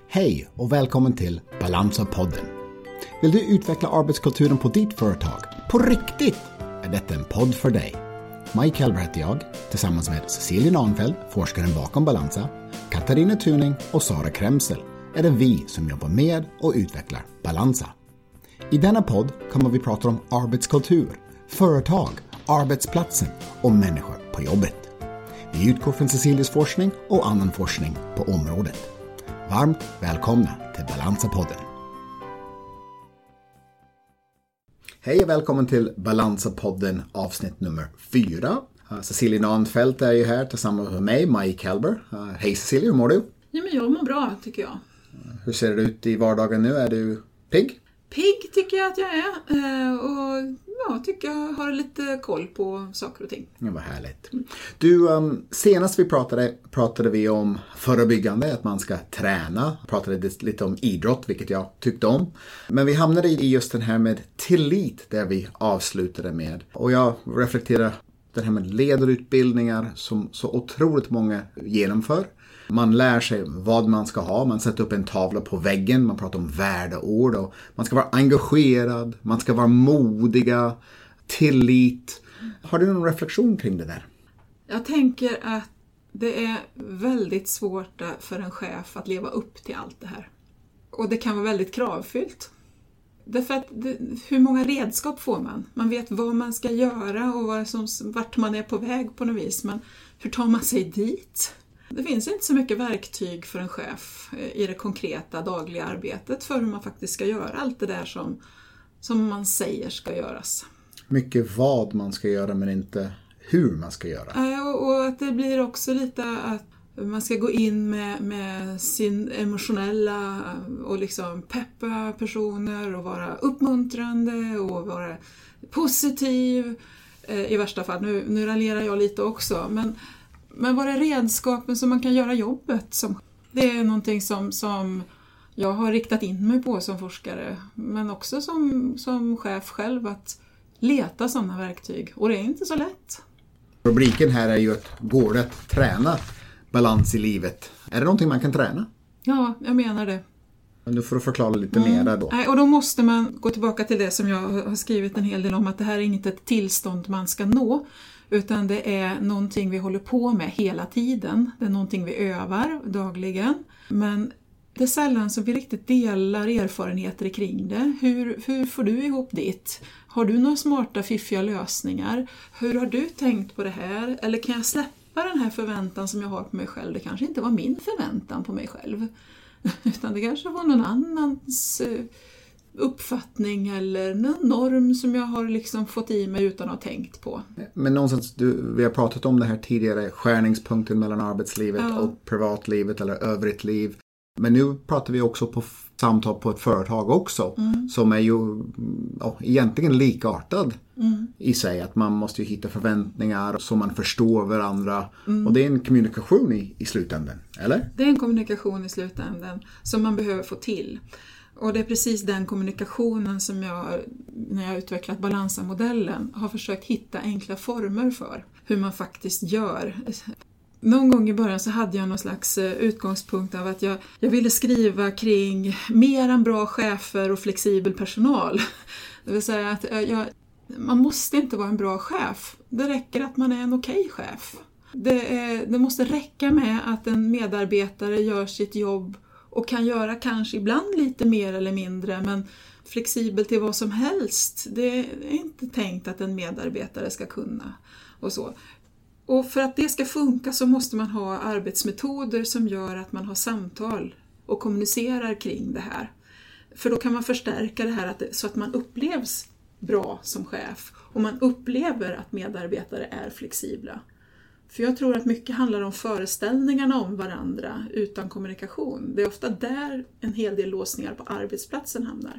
Hej och välkommen till Balansa-podden. Vill du utveckla arbetskulturen på ditt företag? På riktigt är detta en podd för dig. Mike Helber heter jag, tillsammans med Cecilia Nahnfeldt, forskaren bakom Balansa, Katarina Tuning och Sara Kremsel är det vi som jobbar med och utvecklar Balansa. I denna podd kommer vi prata om arbetskultur, företag, arbetsplatsen och människor på jobbet. Vi utgår från Cecilias forskning och annan forskning på området. Varmt välkomna till Balansa-podden. Hej och välkommen till Balansa-podden avsnitt nummer 4. Cecilia Nahnfeldt är ju här tillsammans med mig, Mike Helber. Hej Cecilia, hur mår du? Ja, men jag mår bra tycker jag. Hur ser det ut i vardagen nu? Är du pigg? Pigg tycker jag att jag är. Och jag tycker jag har lite koll på saker och ting. Ja, vad härligt. Du, senast vi pratade vi om förebyggande, att man ska träna. Pratade lite om idrott, vilket jag tyckte om. Men vi hamnade i just den här med tillit, där vi avslutade med. Och jag reflekterar det här med ledarutbildningar som så otroligt många genomför. Man lär sig vad man ska ha, man sätter upp en tavla på väggen, man pratar om värdeord och man ska vara engagerad, man ska vara modiga, tillit. Har du någon reflektion kring det där? Jag tänker att det är väldigt svårt för en chef att leva upp till allt det här. Och det kan vara väldigt kravfyllt. Därför att hur många redskap får man? Man vet vad man ska göra och vart man är på väg på något vis, men hur tar man sig dit? Det finns inte så mycket verktyg för en chef i det konkreta dagliga arbetet för hur man faktiskt ska göra allt det där som man säger ska göras. Mycket vad man ska göra men inte hur man ska göra. Och att det blir också lite att man ska gå in med sin emotionella och liksom peppa personer och vara uppmuntrande och vara positiv. I värsta fall, nu raljerar jag lite också, men vad är redskapen som man kan göra jobbet? Det är någonting som jag har riktat in mig på som forskare. Men också som chef själv att leta sådana verktyg. Och det är inte så lätt. Rubriken här är ju att går det att träna balans i livet? Är det någonting man kan träna? Ja, jag menar det. Nu får du förklara lite mer då. Och då måste man gå tillbaka till det som jag har skrivit en hel del om. Att det här är inte ett tillstånd man ska nå. Utan det är någonting vi håller på med hela tiden. Det är någonting vi övar dagligen. Men det är sällan som vi riktigt delar erfarenheter kring det. Hur får du ihop ditt? Har du några smarta, fiffiga lösningar? Hur har du tänkt på det här? Eller kan jag släppa den här förväntan som jag har på mig själv? Det kanske inte var min förväntan på mig själv. Utan det kanske var någon annans uppfattning eller någon norm som jag har liksom fått i mig utan att ha tänkt på. Men någonstans, vi har pratat om det här tidigare, skärningspunkten mellan arbetslivet och privatlivet eller övrigt liv. Men nu pratar vi också på samtal på ett företag också som är ju egentligen likartad i sig. Att man måste ju hitta förväntningar så man förstår varandra. Och det är en kommunikation i slutändan, eller? Det är en kommunikation i slutändan som man behöver få till. Och det är precis den kommunikationen som jag, när jag har utvecklat Balansa-modellen, har försökt hitta enkla former för hur man faktiskt gör. Någon gång i början så hade jag någon slags utgångspunkt av att jag ville skriva kring mer än bra chefer och flexibel personal. Det vill säga att man måste inte vara en bra chef. Det räcker att man är en okej chef. Det måste räcka med att en medarbetare gör sitt jobb och kan göra kanske ibland lite mer eller mindre, men flexibel till vad som helst. Det är inte tänkt att en medarbetare ska kunna och så. Och för att det ska funka så måste man ha arbetsmetoder som gör att man har samtal och kommunicerar kring det här. För då kan man förstärka det här så att man upplevs bra som chef och man upplever att medarbetare är flexibla. För jag tror att mycket handlar om föreställningarna om varandra utan kommunikation. Det är ofta där en hel del låsningar på arbetsplatsen hamnar.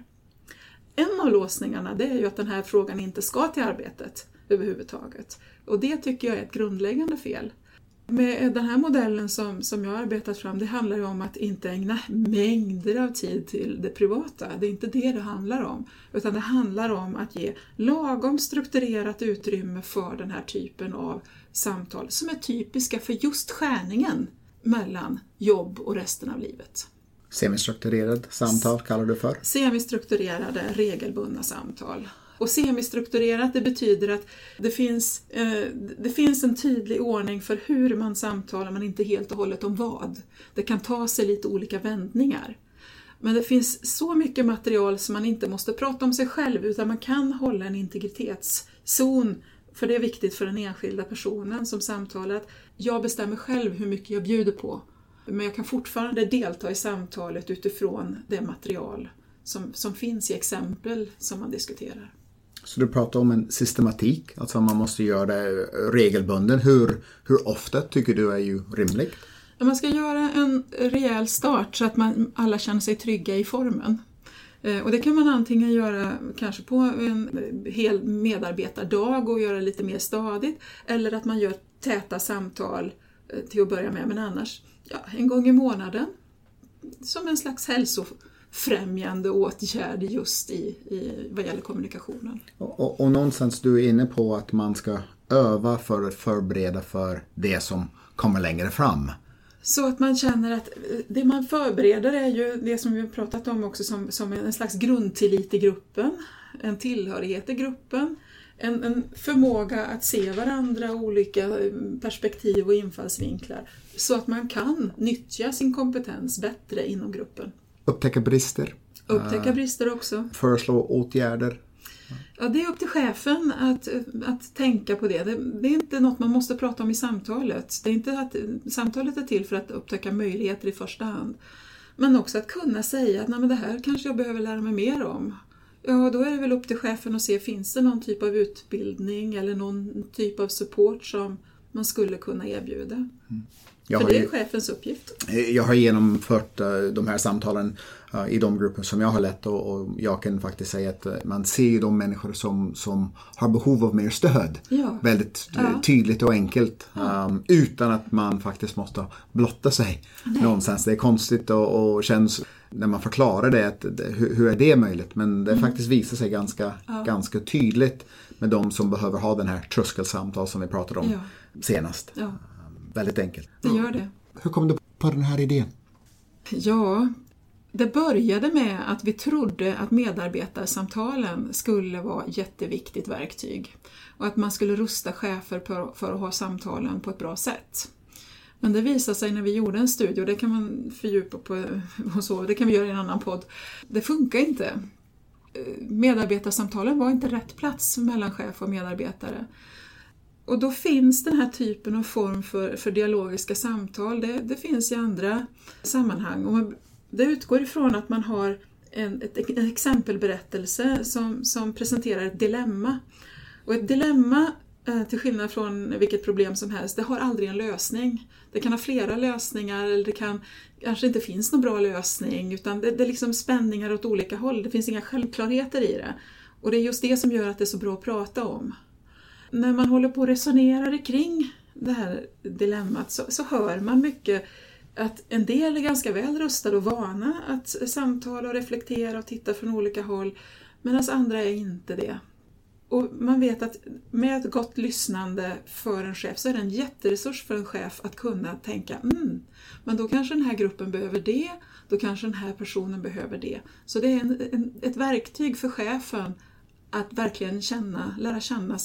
En av låsningarna det är ju att den här frågan inte ska till arbetet överhuvudtaget. Och det tycker jag är ett grundläggande fel. Med den här modellen som jag har arbetat fram, det handlar ju om att inte ägna mängder av tid till det privata. Det är inte det handlar om. Utan det handlar om att ge lagom strukturerat utrymme för den här typen av samtal som är typiska för just skärningen mellan jobb och resten av livet. Semistrukturerad samtal kallar du för? Semistrukturerade, regelbundna samtal. Och semistrukturerat, det betyder att det finns en tydlig ordning för hur man samtalar, men inte helt och hållet om vad. Det kan ta sig lite olika vändningar. Men det finns så mycket material som man inte måste prata om sig själv, utan man kan hålla en integritetszon. För det är viktigt för den enskilda personen som samtalar att jag bestämmer själv hur mycket jag bjuder på. Men jag kan fortfarande delta i samtalet utifrån det material som finns i exempel som man diskuterar. Så du pratar om en systematik, alltså man måste göra det regelbunden. Hur ofta tycker du är ju rimligt? Man ska göra en rejäl start så att alla känner sig trygga i formen. Och det kan man antingen göra kanske på en hel medarbetardag och göra lite mer stadigt. Eller att man gör täta samtal till att börja med, men annars en gång i månaden. Som en slags hälsofrämjande åtgärd just i vad gäller kommunikationen. Och någonstans du är inne på att man ska öva för att förbereda för det som kommer längre fram. Så att man känner att det man förbereder är ju det som vi har pratat om också som en slags grundtillit i gruppen, en tillhörighet i gruppen, en förmåga att se varandra, olika perspektiv och infallsvinklar, så att man kan nyttja sin kompetens bättre inom gruppen. Upptäcka brister. Upptäcka brister också. Föreslå åtgärder. Ja, det är upp till chefen att tänka på det. Det är inte något man måste prata om i samtalet. Det är inte att samtalet är till för att upptäcka möjligheter i första hand. Men också att kunna säga att nej, men det här kanske jag behöver lära mig mer om. Ja, då är det väl upp till chefen att se, finns det någon typ av utbildning eller någon typ av support som man skulle kunna erbjuda. För det är chefens uppgift. Jag har genomfört de här samtalen i de grupper som jag har lett och jag kan faktiskt säga att man ser ju de människor som har behov av mer stöd väldigt tydligt och enkelt utan att man faktiskt måste blotta sig någonstans. Det är konstigt och känns när man förklarar det att hur är det möjligt, men det faktiskt visar sig ganska tydligt med de som behöver ha den här tröskelsamtal som vi pratade om senast. Ja. Väldigt enkelt. Det gör det. Hur kom du på den här idén? Ja, det började med att vi trodde att medarbetarsamtalen skulle vara ett jätteviktigt verktyg. Och att man skulle rusta chefer för att ha samtalen på ett bra sätt. Men det visade sig när vi gjorde en studie, och det kan man fördjupa på och så, det kan vi göra i en annan podd. Det funkar inte. Medarbetarsamtalen var inte rätt plats mellan chef och medarbetare. Och då finns den här typen av form för dialogiska samtal. Det finns i andra sammanhang. Och det utgår ifrån att man har en exempelberättelse som presenterar ett dilemma. Och ett dilemma, till skillnad från vilket problem som helst, det har aldrig en lösning. Det kan ha flera lösningar, eller det kanske inte finns någon bra lösning, utan det är liksom spänningar åt olika håll. Det finns inga självklarheter i det. Och det är just det som gör att det är så bra att prata om. När man håller på och resonerar kring det här dilemmat så hör man mycket att en del är ganska väl rustade och vana att samtala och reflektera och titta från olika håll, medan andra är inte det. Och man vet att med ett gott lyssnande för en chef så är det en jätteresurs för en chef att kunna tänka men då kanske den här gruppen behöver det, då kanske den här personen behöver det. Så det är ett verktyg för chefen att verkligen lära känna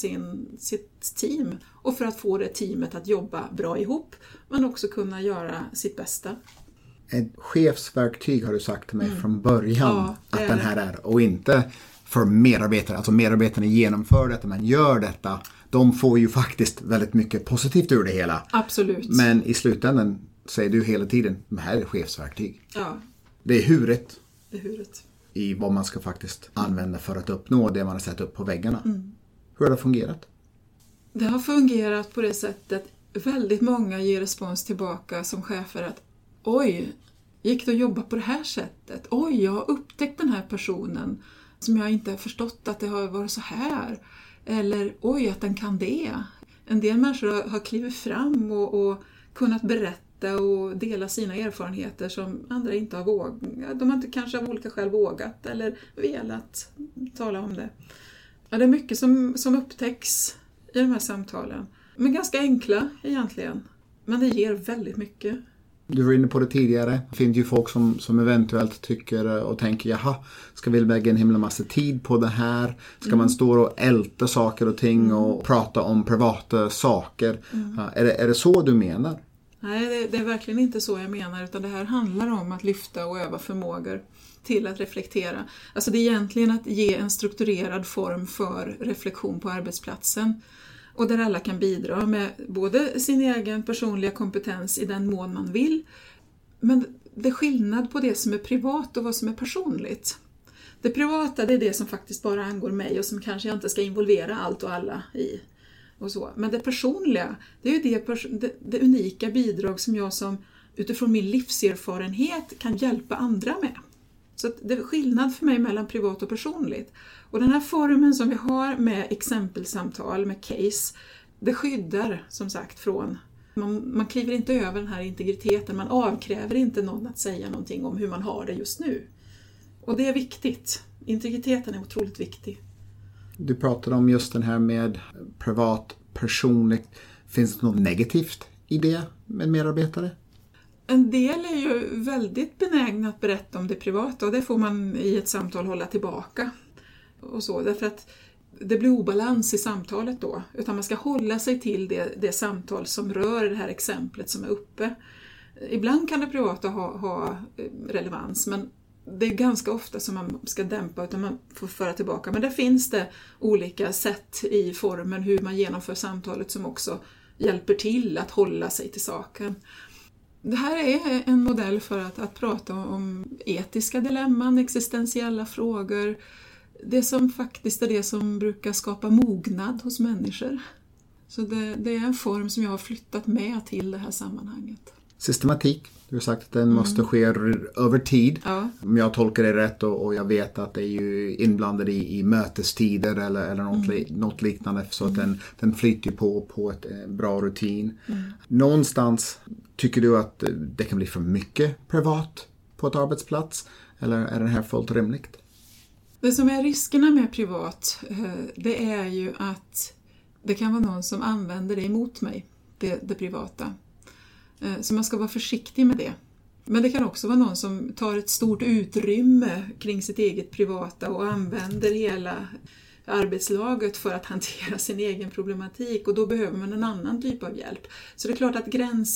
sitt team, och för att få det teamet att jobba bra ihop, men också kunna göra sitt bästa. Ett chefsverktyg har du sagt till mig från början att den här är, och inte för medarbetare. Alltså medarbetarna genomför detta, men gör detta. De får ju faktiskt väldigt mycket positivt ur det hela. Absolut. Men i slutändan säger du hela tiden, det här är chefsverktyg. Ja. Det är huret. Det är huret. I vad man ska faktiskt använda för att uppnå det man har sett upp på väggarna. Hur har det fungerat? Det har fungerat på det sättet. Väldigt många ger respons tillbaka som chefer att oj, gick det att jobba på det här sättet? Oj, jag har upptäckt den här personen som jag inte har förstått att det har varit så här. Eller oj, att den kan det. En del människor har klivit fram och kunnat berätta och dela sina erfarenheter som andra inte har vågat. De har inte kanske av olika skäl vågat eller velat tala om det. Ja, det är mycket som upptäcks i de här samtalen. Men ganska enkla egentligen. Men det ger väldigt mycket. Du var inne på det tidigare. Det finns ju folk som eventuellt tycker och tänker, jaha, ska vi lägga en himla massa tid på det här? Ska man stå och älta saker och ting och prata om privata saker? Är det så du menar? Nej, det är verkligen inte så jag menar, utan det här handlar om att lyfta och öva förmågor till att reflektera. Alltså det är egentligen att ge en strukturerad form för reflektion på arbetsplatsen. Och där alla kan bidra med både sin egen personliga kompetens i den mån man vill. Men det är skillnad på det som är privat och vad som är personligt. Det privata, det är det som faktiskt bara angår mig och som kanske jag inte ska involvera allt och alla i. Och så. Men det personliga, det är ju det unika bidrag som jag som utifrån min livserfarenhet kan hjälpa andra med. Så att det är skillnad för mig mellan privat och personligt. Och den här formen som vi har med exempelsamtal, med case, det skyddar som sagt från... Man kliver inte över den här integriteten, man avkräver inte någon att säga någonting om hur man har det just nu. Och det är viktigt. Integriteten är otroligt viktig. Du pratade om just den här med privat, personligt. Finns det något negativt i det med medarbetare? En del är ju väldigt benägna att berätta om det privata och det får man i ett samtal hålla tillbaka. Och så, därför att det blir obalans i samtalet då. Utan man ska hålla sig till det samtal som rör det här exemplet som är uppe. Ibland kan det privata ha relevans, men det är ganska ofta som man ska dämpa utan man får föra tillbaka. Men där finns det olika sätt i formen hur man genomför samtalet som också hjälper till att hålla sig till saken. Det här är en modell för att prata om etiska dilemman, existentiella frågor. Det som faktiskt är det som brukar skapa mognad hos människor. Så det är en form som jag har flyttat med till det här sammanhanget. Systematik, du har sagt att den måste ske över tid. Ja. Om jag tolkar det rätt och jag vet att det är ju inblandade i mötestider eller något liknande så att den flyter på ett bra rutin. Någonstans tycker du att det kan bli för mycket privat på ett arbetsplats eller är det här fullt rimligt? Det som är riskerna med privat, det är ju att det kan vara någon som använder det emot mig, det privata. Så man ska vara försiktig med det. Men det kan också vara någon som tar ett stort utrymme kring sitt eget privata och använder hela arbetslaget för att hantera sin egen problematik och då behöver man en annan typ av hjälp. Så det är klart att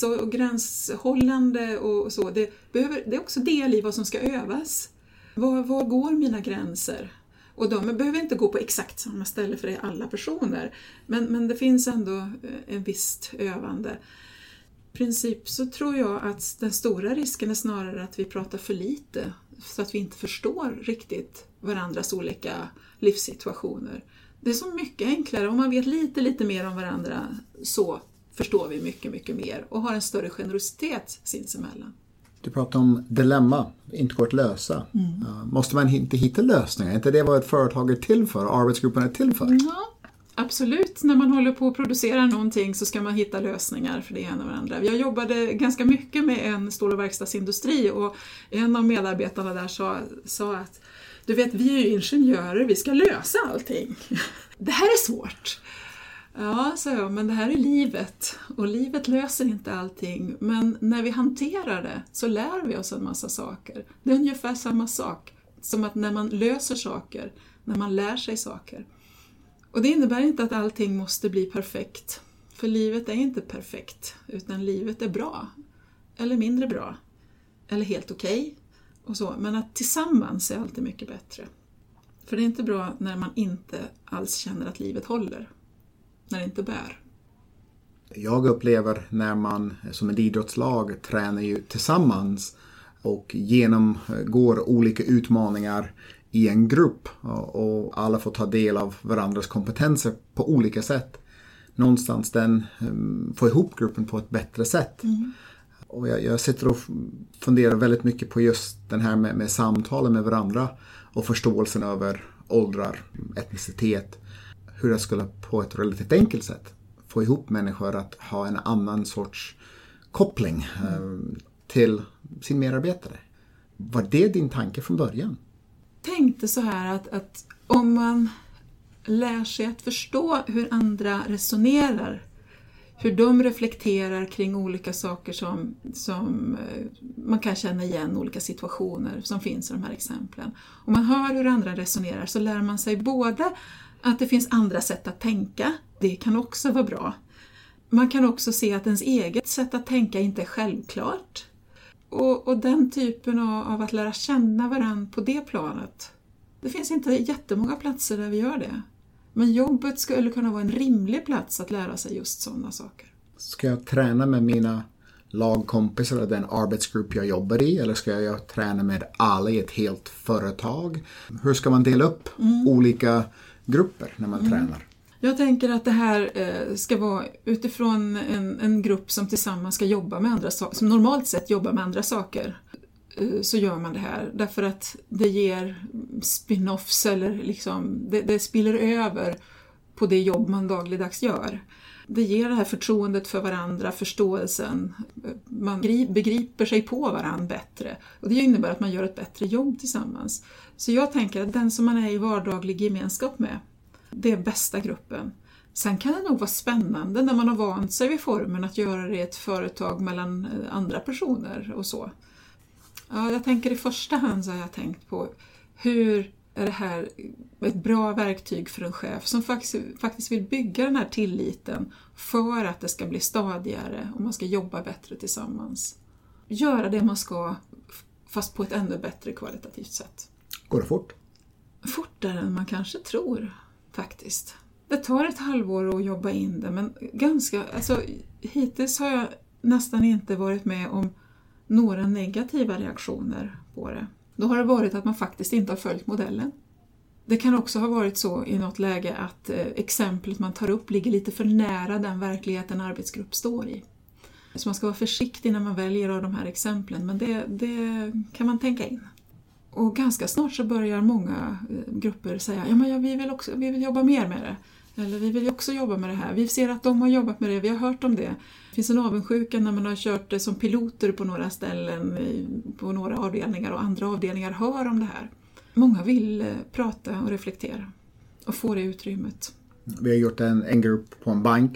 gränshållande och så, det är också del i vad som ska övas. Var går mina gränser? Och de behöver inte gå på exakt samma ställe för alla personer. Men det finns ändå en visst övande. I princip så tror jag att den stora risken är snarare att vi pratar för lite. Så att vi inte förstår riktigt varandras olika livssituationer. Det är så mycket enklare. Om man vet lite mer om varandra så förstår vi mycket, mycket mer. Och har en större generositet sinsemellan. Du pratar om dilemma, inte går att lösa. Måste man inte hitta lösningar? Är inte det vad ett företag är till för? Arbetsgruppen är till för? Ja, absolut. När man håller på att producera någonting så ska man hitta lösningar för det ena och det andra. Jag jobbade ganska mycket med en stål- och verkstadsindustri och en av medarbetarna där sa att du vet, vi är ju ingenjörer, vi ska lösa allting. Det här är svårt. Ja, sa jag, men det här är livet och livet löser inte allting. Men när vi hanterar det så lär vi oss en massa saker. Det är ungefär samma sak som att när man löser saker, när man lär sig saker. Och det innebär inte att allting måste bli perfekt. För livet är inte perfekt, utan livet är bra. Eller mindre bra. Eller helt okej. Och så. Men att tillsammans är alltid mycket bättre. För det är inte bra när man inte alls känner att livet håller. När det inte bär. Jag upplever när man som ett idrottslag tränar ju tillsammans och genomgår olika utmaningar i en grupp och alla får ta del av varandras kompetenser på olika sätt. Någonstans får ihop gruppen på ett bättre sätt. Och jag sitter och funderar väldigt mycket på just den här med samtalen med varandra och förståelsen över åldrar, etnicitet. Hur jag skulle på ett relativt enkelt sätt få ihop människor att ha en annan sorts koppling till sin medarbetare. Var det din tanke från början? Tänkte så här att om man lär sig att förstå hur andra resonerar hur de reflekterar kring olika saker som man kan känna igen, olika situationer som finns i de här exemplen. Om man hör hur andra resonerar så lär man sig både att det finns andra sätt att tänka, det kan också vara bra. Man kan också se att ens eget sätt att tänka inte är självklart. Och den typen av att lära känna varandra på det planet. Det finns inte jättemånga platser där vi gör det. Men jobbet skulle kunna vara en rimlig plats att lära sig just sådana saker. Ska jag träna med mina lagkompisar eller den arbetsgrupp jag jobbar i? Eller ska jag träna med alla i ett helt företag? Hur ska man dela upp olika grupper när man tränar? Jag tänker att det här ska vara utifrån en grupp som tillsammans ska jobba med andra saker, som normalt sett jobbar med andra saker. Så gör man det här därför att det ger spin-offs eller liksom, det spiller över på det jobb man dagligdags gör. Det ger det här förtroendet för varandra, förståelsen, man begriper sig på varandra bättre och det innebär att man gör ett bättre jobb tillsammans. Så jag tänker att den som man är i vardaglig gemenskap med, det är bästa gruppen. Sen kan det nog vara spännande när man har vant sig vid formen att göra det i ett företag mellan andra personer och så. Ja, jag tänker i första hand så har jag tänkt på hur är det här ett bra verktyg för en chef som faktiskt vill bygga den här tilliten för att det ska bli stadigare och man ska jobba bättre tillsammans. Göra det man ska fast på ett ännu bättre kvalitativt sätt. Går det fort? Fortare än man kanske tror faktiskt. Det tar ett halvår att jobba in det men hittills har jag nästan inte varit med om några negativa reaktioner på det. Då har det varit att man faktiskt inte har följt modellen. Det kan också ha varit så i något läge att exemplet man tar upp ligger lite för nära den verklighet en arbetsgrupp står i. Så man ska vara försiktig när man väljer av de här exemplen, men det kan man tänka in. Och ganska snart så börjar många grupper säga vi vill jobba mer med det. Eller vi vill också jobba med det här. Vi ser att de har jobbat med det, vi har hört om det. Det finns en avundsjuka när man har kört det som piloter på några ställen, på några avdelningar och andra avdelningar hör om det här. Många vill prata och reflektera och få det utrymmet. Vi har gjort en grupp på en bank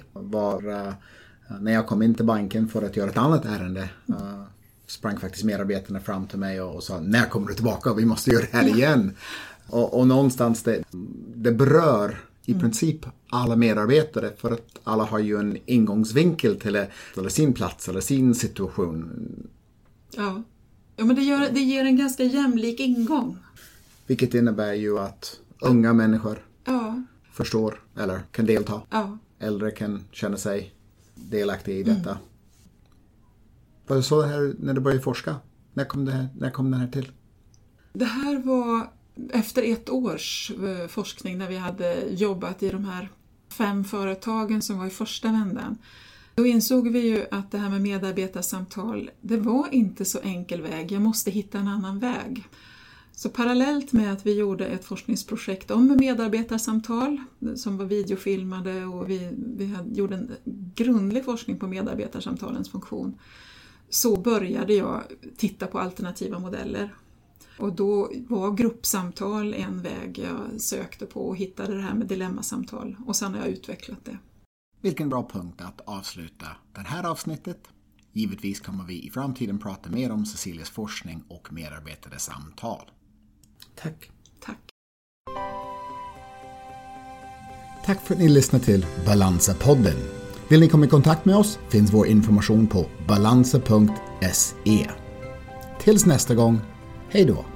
när jag kom in till banken för att göra ett annat ärende sprang faktiskt medarbetarna fram till mig och sa när kommer du tillbaka? Vi måste göra det här igen. Och någonstans det berör i princip alla medarbetare för att alla har ju en ingångsvinkel till sin plats eller sin situation. Ja men det ger en ganska jämlik ingång. Vilket innebär ju att unga människor förstår eller kan delta. Ja. Äldre kan känna sig delaktiga i detta. Var det så det här när du började forska? När kom det här till? Det här var efter 1 års forskning när vi hade jobbat i de här 5 företagen som var i första vändan. Då insåg vi ju att det här med medarbetarsamtal, det var inte så enkel väg. Jag måste hitta en annan väg. Så parallellt med att vi gjorde ett forskningsprojekt om medarbetarsamtal som var videofilmade och vi gjorde en grundlig forskning på medarbetarsamtalens funktion, så började jag titta på alternativa modeller. Och då var gruppsamtal en väg jag sökte på och hittade det här med dilemmasamtal. Och sen har jag utvecklat det. Vilken bra punkt att avsluta det här avsnittet. Givetvis kommer vi i framtiden prata mer om Cecilias forskning och medarbetares samtal. Tack. Tack för att ni lyssnade till Balansa-podden. Vill ni komma i kontakt med oss finns vår information på balansa.se. Tills nästa gång, hej då!